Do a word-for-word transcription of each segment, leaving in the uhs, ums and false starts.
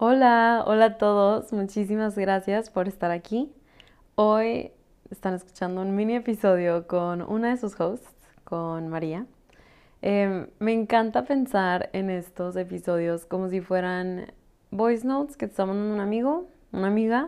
Hola, hola a todos, muchísimas gracias por estar aquí. Hoy están escuchando un mini episodio con una de sus hosts, con María. Eh, me encanta pensar en estos episodios como si fueran voice notes que te está mandando un amigo, una amiga,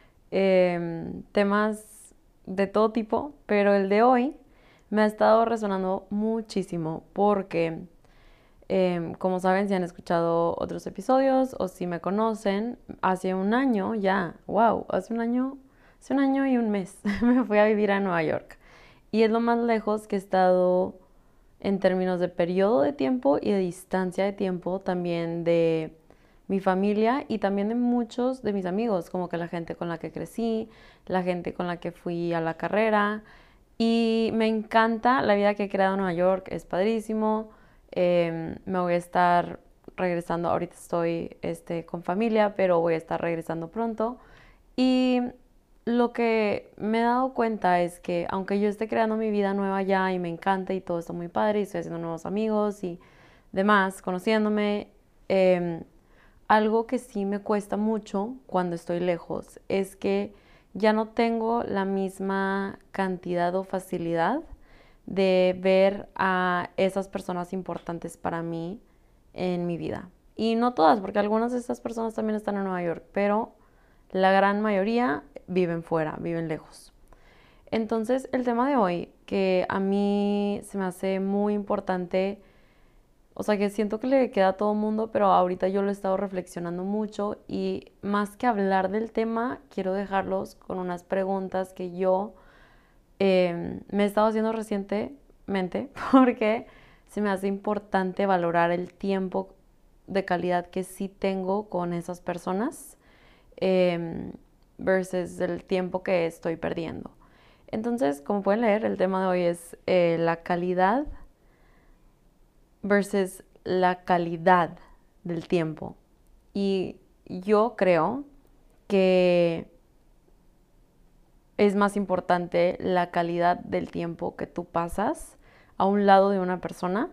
eh, temas de todo tipo, pero el de hoy me ha estado resonando muchísimo porque eh, como saben, si han escuchado otros episodios o si me conocen, hace un año ya, wow, hace un año, hace un año y un mes me fui a vivir a Nueva York. Y es lo más lejos que he estado en términos de periodo de tiempo y de distancia de tiempo, también de mi familia y también de muchos de mis amigos, como que la gente con la que crecí, la gente con la que fui a la carrera. Y me encanta la vida que he creado en Nueva York, es padrísimo. Eh, me voy a estar regresando, ahorita estoy este, con familia, pero voy a estar regresando pronto. Y lo que me he dado cuenta es que aunque yo esté creando mi vida nueva ya y me encanta y todo está muy padre y estoy haciendo nuevos amigos y demás, conociéndome, eh, algo que sí me cuesta mucho cuando estoy lejos es que ya no tengo la misma cantidad o facilidad de ver a esas personas importantes para mí en mi vida. Y no todas, porque algunas de estas personas también están en Nueva York, pero la gran mayoría viven fuera, viven lejos. Entonces, el tema de hoy, que a mí se me hace muy importante, o sea, que siento que le queda a todo mundo, pero ahorita yo lo he estado reflexionando mucho y más que hablar del tema, quiero dejarlos con unas preguntas que yo eh, me he estado haciendo recientemente porque se me hace importante valorar el tiempo de calidad que sí tengo con esas personas eh, versus el tiempo que estoy perdiendo. Entonces, como pueden leer, el tema de hoy es eh, la calidad versus la calidad del tiempo. Y yo creo que es más importante la calidad del tiempo que tú pasas a un lado de una persona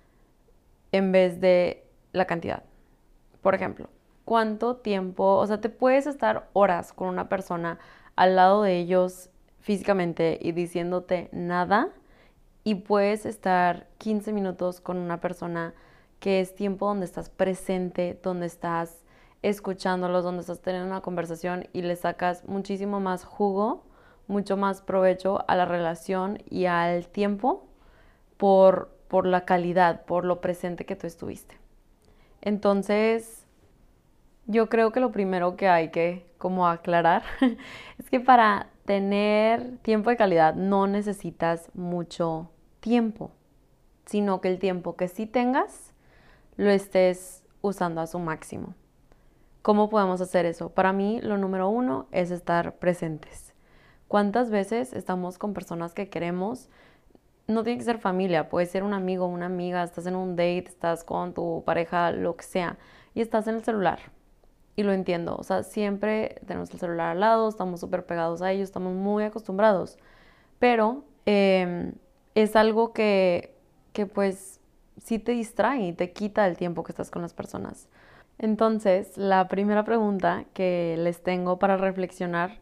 en vez de la cantidad. Por ejemplo, ¿cuánto tiempo, o sea, te puedes estar horas con una persona al lado de ellos físicamente y diciéndote nada? Y puedes estar quince minutos con una persona que es tiempo donde estás presente, donde estás escuchándolos, donde estás teniendo una conversación y le sacas muchísimo más jugo, mucho más provecho a la relación y al tiempo por, por la calidad, por lo presente que tú estuviste. Entonces, yo creo que lo primero que hay que como aclarar es que para tener tiempo de calidad no necesitas mucho tiempo, sino que el tiempo que sí tengas lo estés usando a su máximo. ¿Cómo podemos hacer eso? Para mí, lo número uno es estar presentes. ¿Cuántas veces estamos con personas que queremos? No tiene que ser familia, puede ser un amigo, una amiga, estás en un date, estás con tu pareja, lo que sea, y estás en el celular. Y lo entiendo, o sea, siempre tenemos el celular al lado, estamos súper pegados a ellos, estamos muy acostumbrados, pero eh, es algo que, que pues sí te distrae y te quita el tiempo que estás con las personas. Entonces, la primera pregunta que les tengo para reflexionar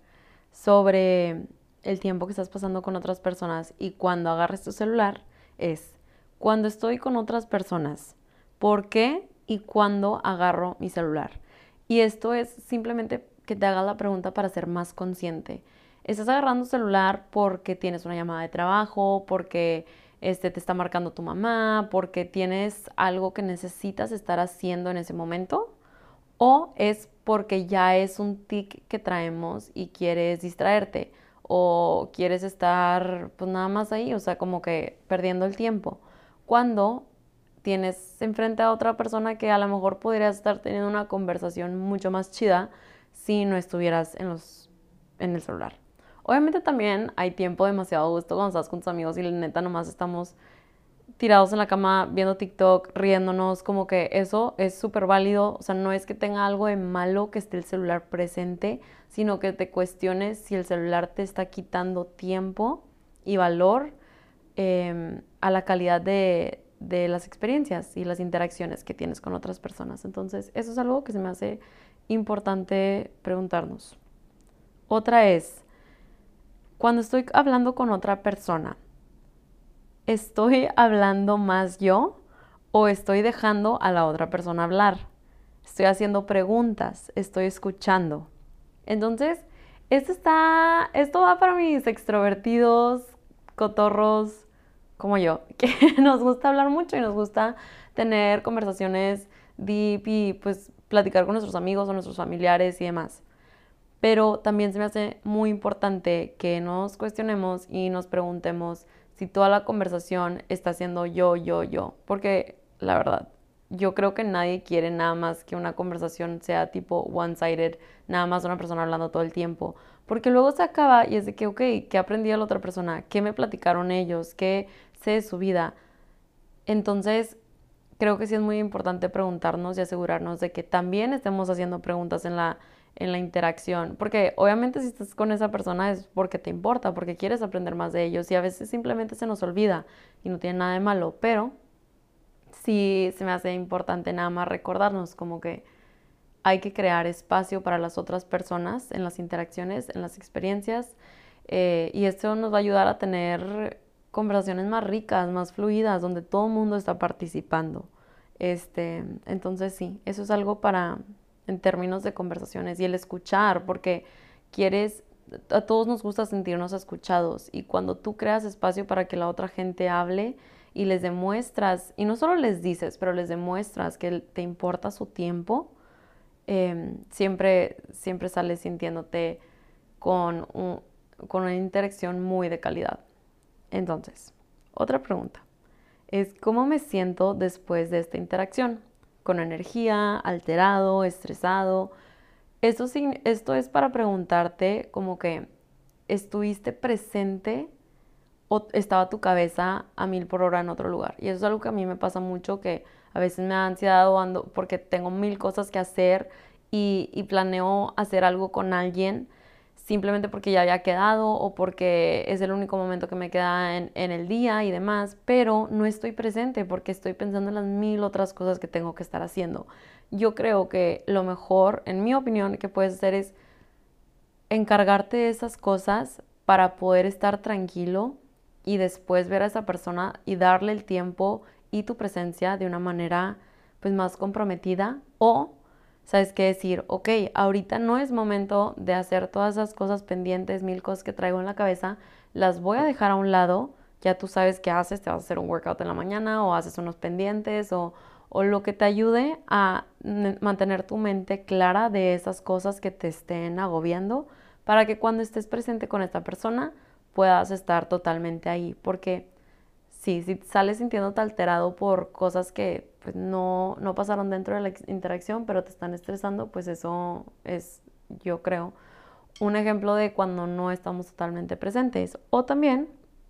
sobre el tiempo que estás pasando con otras personas y cuando agarres tu celular es, cuando estoy con otras personas, ¿por qué y cuándo agarro mi celular? Y esto es simplemente que te hagas la pregunta para ser más consciente. ¿Estás agarrando celular porque tienes una llamada de trabajo, porque este, te está marcando tu mamá, porque tienes algo que necesitas estar haciendo en ese momento? ¿O es porque ya es un tic que traemos y quieres distraerte? ¿O quieres estar pues nada más ahí, o sea, como que perdiendo el tiempo? Cuando tienes enfrente a otra persona que a lo mejor podrías estar teniendo una conversación mucho más chida si no estuvieras en los en el celular. Obviamente también hay tiempo demasiado a gusto cuando estás con tus amigos y la neta nomás estamos tirados en la cama viendo TikTok, riéndonos, como que eso es súper válido. O sea, no es que tenga algo de malo que esté el celular presente, sino que te cuestiones si el celular te está quitando tiempo y valor eh, a la calidad de, de las experiencias y las interacciones que tienes con otras personas. Entonces, eso es algo que se me hace importante preguntarnos. Otra es, cuando estoy hablando con otra persona, ¿estoy hablando más yo o estoy dejando a la otra persona hablar? Estoy haciendo preguntas, estoy escuchando. Entonces, esto está, esto va para mis extrovertidos, cotorros, como yo, que nos gusta hablar mucho y nos gusta tener conversaciones deep y pues platicar con nuestros amigos o nuestros familiares y demás. Pero también se me hace muy importante que nos cuestionemos y nos preguntemos si toda la conversación está siendo yo, yo, yo. Porque la verdad, yo creo que nadie quiere nada más que una conversación sea tipo one-sided, nada más una persona hablando todo el tiempo. Porque luego se acaba y es de que, ok, ¿qué aprendí de la otra persona? ¿Qué me platicaron ellos? ¿Qué sé de su vida? Entonces, creo que sí es muy importante preguntarnos y asegurarnos de que también estemos haciendo preguntas en la, en la interacción. Porque obviamente si estás con esa persona es porque te importa, porque quieres aprender más de ellos y a veces simplemente se nos olvida y no tiene nada de malo. Pero sí se me hace importante nada más recordarnos como que hay que crear espacio para las otras personas en las interacciones, en las experiencias. Eh, y esto nos va a ayudar a tener conversaciones más ricas, más fluidas, donde todo el mundo está participando. Este, entonces sí, eso es algo para, en términos de conversaciones y el escuchar, porque quieres, a todos nos gusta sentirnos escuchados y cuando tú creas espacio para que la otra gente hable y les demuestras, y no solo les dices, pero les demuestras que te importa su tiempo, eh, siempre, siempre sales sintiéndote con, un, con una interacción muy de calidad. Entonces, otra pregunta es ¿cómo me siento después de esta interacción? ¿Con energía, alterado, estresado? Esto, esto es para preguntarte como que ¿estuviste presente o estaba tu cabeza a mil por hora en otro lugar? Y eso es algo que a mí me pasa mucho, que a veces me da ansiedad o ando porque tengo mil cosas que hacer y, y planeo hacer algo con alguien simplemente porque ya había quedado o porque es el único momento que me queda en, en el día y demás, pero no estoy presente porque estoy pensando en las mil otras cosas que tengo que estar haciendo. Yo creo que lo mejor, en mi opinión, que puedes hacer es encargarte de esas cosas para poder estar tranquilo y después ver a esa persona y darle el tiempo y tu presencia de una manera pues más comprometida. O sabes qué decir, ok, ahorita no es momento de hacer todas esas cosas pendientes, mil cosas que traigo en la cabeza, las voy a dejar a un lado. Ya tú sabes qué haces, te vas a hacer un workout en la mañana o haces unos pendientes o, o lo que te ayude a mantener tu mente clara de esas cosas que te estén agobiando, para que cuando estés presente con esta persona puedas estar totalmente ahí. Porque sí, si sales sintiéndote alterado por cosas que pues, no, no pasaron dentro de la interacción, pero te están estresando, pues eso es, yo creo, un ejemplo de cuando no estamos totalmente presentes. O también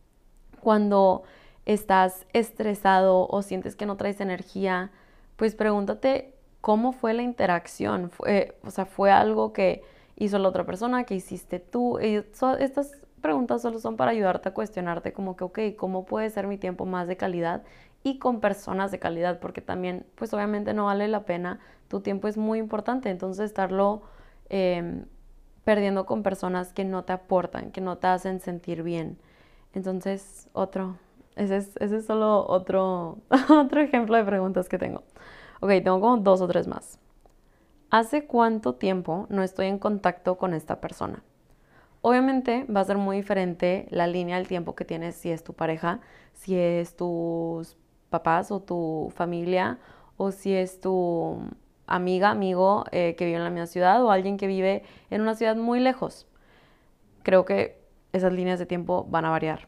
cuando estás estresado o sientes que no traes energía, pues pregúntate cómo fue la interacción. Fue, o sea, fue algo que hizo la otra persona, que hiciste tú. Y so, estas preguntas solo son para ayudarte a cuestionarte como que, ok, ¿cómo puede ser mi tiempo más de calidad y con personas de calidad? Porque también, pues obviamente no vale la pena, tu tiempo es muy importante, entonces estarlo eh, perdiendo con personas que no te aportan, que no te hacen sentir bien. Entonces, otro, ese es, ese es solo otro, otro ejemplo de preguntas que tengo. Ok, tengo como dos o tres más. ¿Hace cuánto tiempo no estoy en contacto con esta persona? Obviamente va a ser muy diferente la línea del tiempo que tienes si es tu pareja, si es tus papás o tu familia, o si es tu amiga, amigo eh, que vive en la misma ciudad o alguien que vive en una ciudad muy lejos. Creo que esas líneas de tiempo van a variar.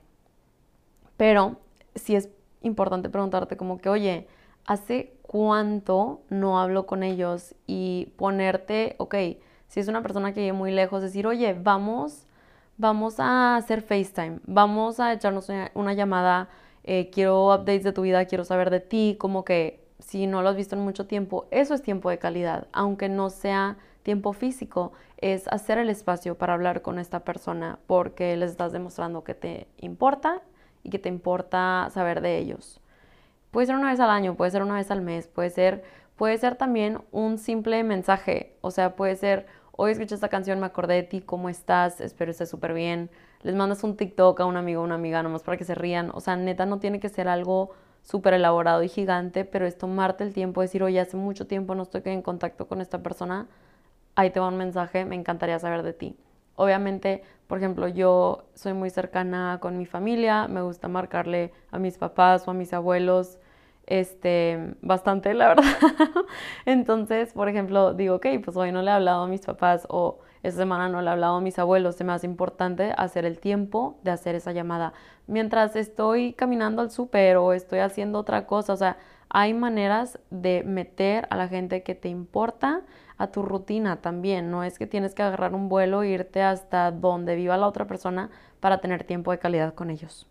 Pero sí es importante preguntarte como que, oye, ¿hace cuánto no hablo con ellos? Y ponerte, ok, si es una persona que vive muy lejos, decir, oye, vamos, vamos a hacer FaceTime, vamos a echarnos una, una llamada, eh, quiero updates de tu vida, quiero saber de ti, como que si no lo has visto en mucho tiempo, eso es tiempo de calidad, aunque no sea tiempo físico, es hacer el espacio para hablar con esta persona porque les estás demostrando que te importa y que te importa saber de ellos. puede ser una vez al año, puede ser una vez al mes, puede ser, puede ser también un simple mensaje. O sea, puede ser, hoy escuché esta canción, me acordé de ti, ¿cómo estás? Espero estés súper bien. Les mandas un TikTok a un amigo o una amiga nomás para que se rían. O sea, neta, no tiene que ser algo súper elaborado y gigante, pero es tomarte el tiempo de decir, oye, hace mucho tiempo no estoy en contacto con esta persona, ahí te va un mensaje, me encantaría saber de ti. Obviamente, por ejemplo, yo soy muy cercana con mi familia, me gusta marcarle a mis papás o a mis abuelos, este, bastante, la verdad. Entonces, por ejemplo, digo, ok, pues hoy no le he hablado a mis papás o esta semana no le he hablado a mis abuelos, se me hace importante hacer el tiempo de hacer esa llamada. Mientras estoy caminando al súper o estoy haciendo otra cosa, o sea, hay maneras de meter a la gente que te importa a tu rutina también. No es que tienes que agarrar un vuelo e irte hasta donde viva la otra persona para tener tiempo de calidad con ellos.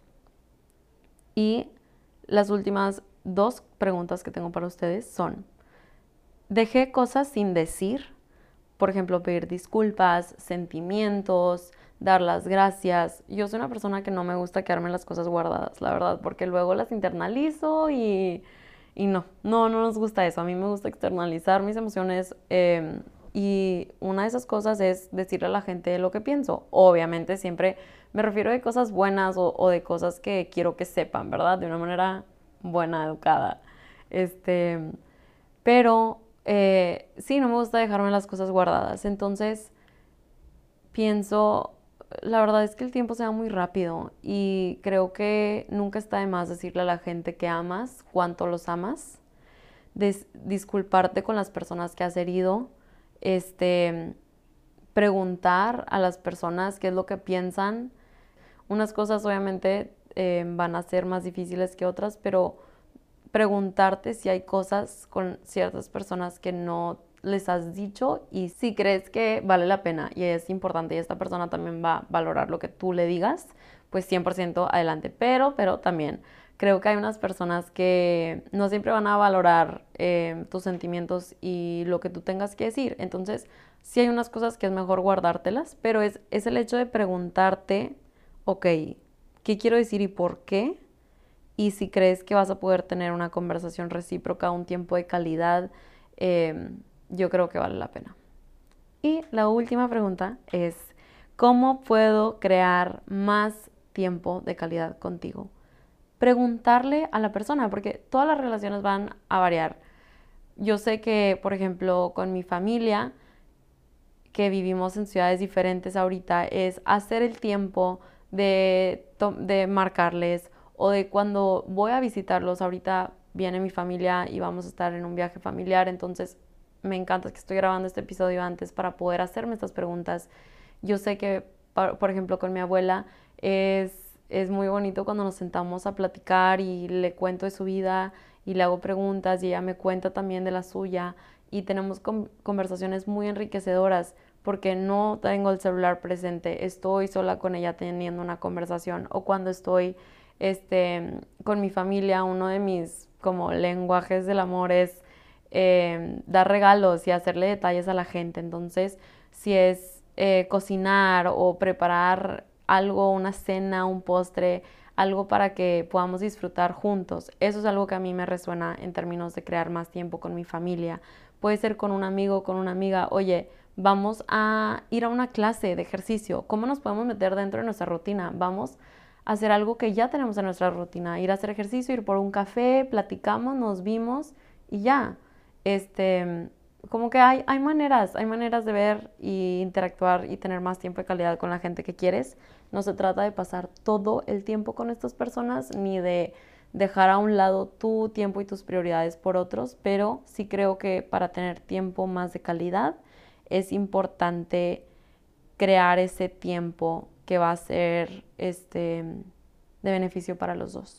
Y las últimas dos preguntas que tengo para ustedes son, ¿dejé cosas sin decir? Por ejemplo, pedir disculpas, sentimientos, dar las gracias. Yo soy una persona que no me gusta quedarme las cosas guardadas, la verdad, porque luego las internalizo y, y no, no, no nos gusta eso. A mí me gusta externalizar mis emociones eh, y una de esas cosas es decirle a la gente lo que pienso. Obviamente siempre me refiero de cosas buenas o, o de cosas que quiero que sepan, ¿verdad? De una manera buena, educada. Este, pero eh, sí, no me gusta dejarme las cosas guardadas. Entonces pienso, la verdad es que el tiempo se va muy rápido y creo que nunca está de más decirle a la gente que amas, cuánto los amas, des- disculparte con las personas que has herido, este, preguntar a las personas qué es lo que piensan. Unas cosas obviamente eh, van a ser más difíciles que otras, pero preguntarte si hay cosas con ciertas personas que no les has dicho y si crees que vale la pena y es importante y esta persona también va a valorar lo que tú le digas, pues cien por ciento adelante. Pero, pero también creo que hay unas personas que no siempre van a valorar eh, tus sentimientos y lo que tú tengas que decir. Entonces, sí hay unas cosas que es mejor guardártelas, pero es, es el hecho de preguntarte, ok, ¿qué quiero decir y por qué? Y si crees que vas a poder tener una conversación recíproca, un tiempo de calidad, eh, yo creo que vale la pena. Y la última pregunta es, ¿cómo puedo crear más tiempo de calidad contigo? Preguntarle a la persona, porque todas las relaciones van a variar. Yo sé que, por ejemplo, con mi familia, que vivimos en ciudades diferentes ahorita, es hacer el tiempo de, de marcarles o de cuando voy a visitarlos. Ahorita viene mi familia y vamos a estar en un viaje familiar, entonces me encanta que estoy grabando este episodio antes para poder hacerme estas preguntas. Yo sé que, por ejemplo, con mi abuela es, es muy bonito cuando nos sentamos a platicar y le cuento de su vida y le hago preguntas y ella me cuenta también de la suya y tenemos conversaciones muy enriquecedoras porque no tengo el celular presente, estoy sola con ella teniendo una conversación o cuando estoy este, con mi familia, uno de mis como lenguajes del amor es eh, dar regalos y hacerle detalles a la gente. Entonces, si es eh, cocinar o preparar algo, una cena, un postre, algo para que podamos disfrutar juntos. Eso es algo que a mí me resuena en términos de crear más tiempo con mi familia. Puede ser con un amigo, con una amiga, oye, vamos a ir a una clase de ejercicio. ¿Cómo nos podemos meter dentro de nuestra rutina? Vamos a hacer algo que ya tenemos en nuestra rutina, ir a hacer ejercicio, ir por un café, platicamos, nos vimos y ya. Este, como que hay, hay maneras, hay maneras de ver y interactuar y tener más tiempo de calidad con la gente que quieres. No se trata de pasar todo el tiempo con estas personas ni de dejar a un lado tu tiempo y tus prioridades por otros, pero sí creo que para tener tiempo más de calidad es importante crear ese tiempo que va a ser este, de beneficio para los dos.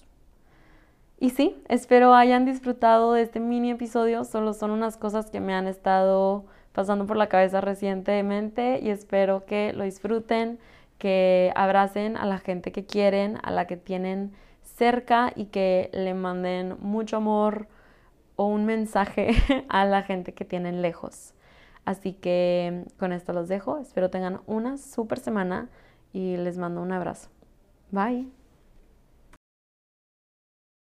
Y sí, espero hayan disfrutado de este mini episodio, solo son unas cosas que me han estado pasando por la cabeza recientemente y espero que lo disfruten, que abracen a la gente que quieren, a la que tienen cerca y que le manden mucho amor o un mensaje a la gente que tienen lejos. Así que con esto los dejo, espero tengan una súper semana y les mando un abrazo. Bye.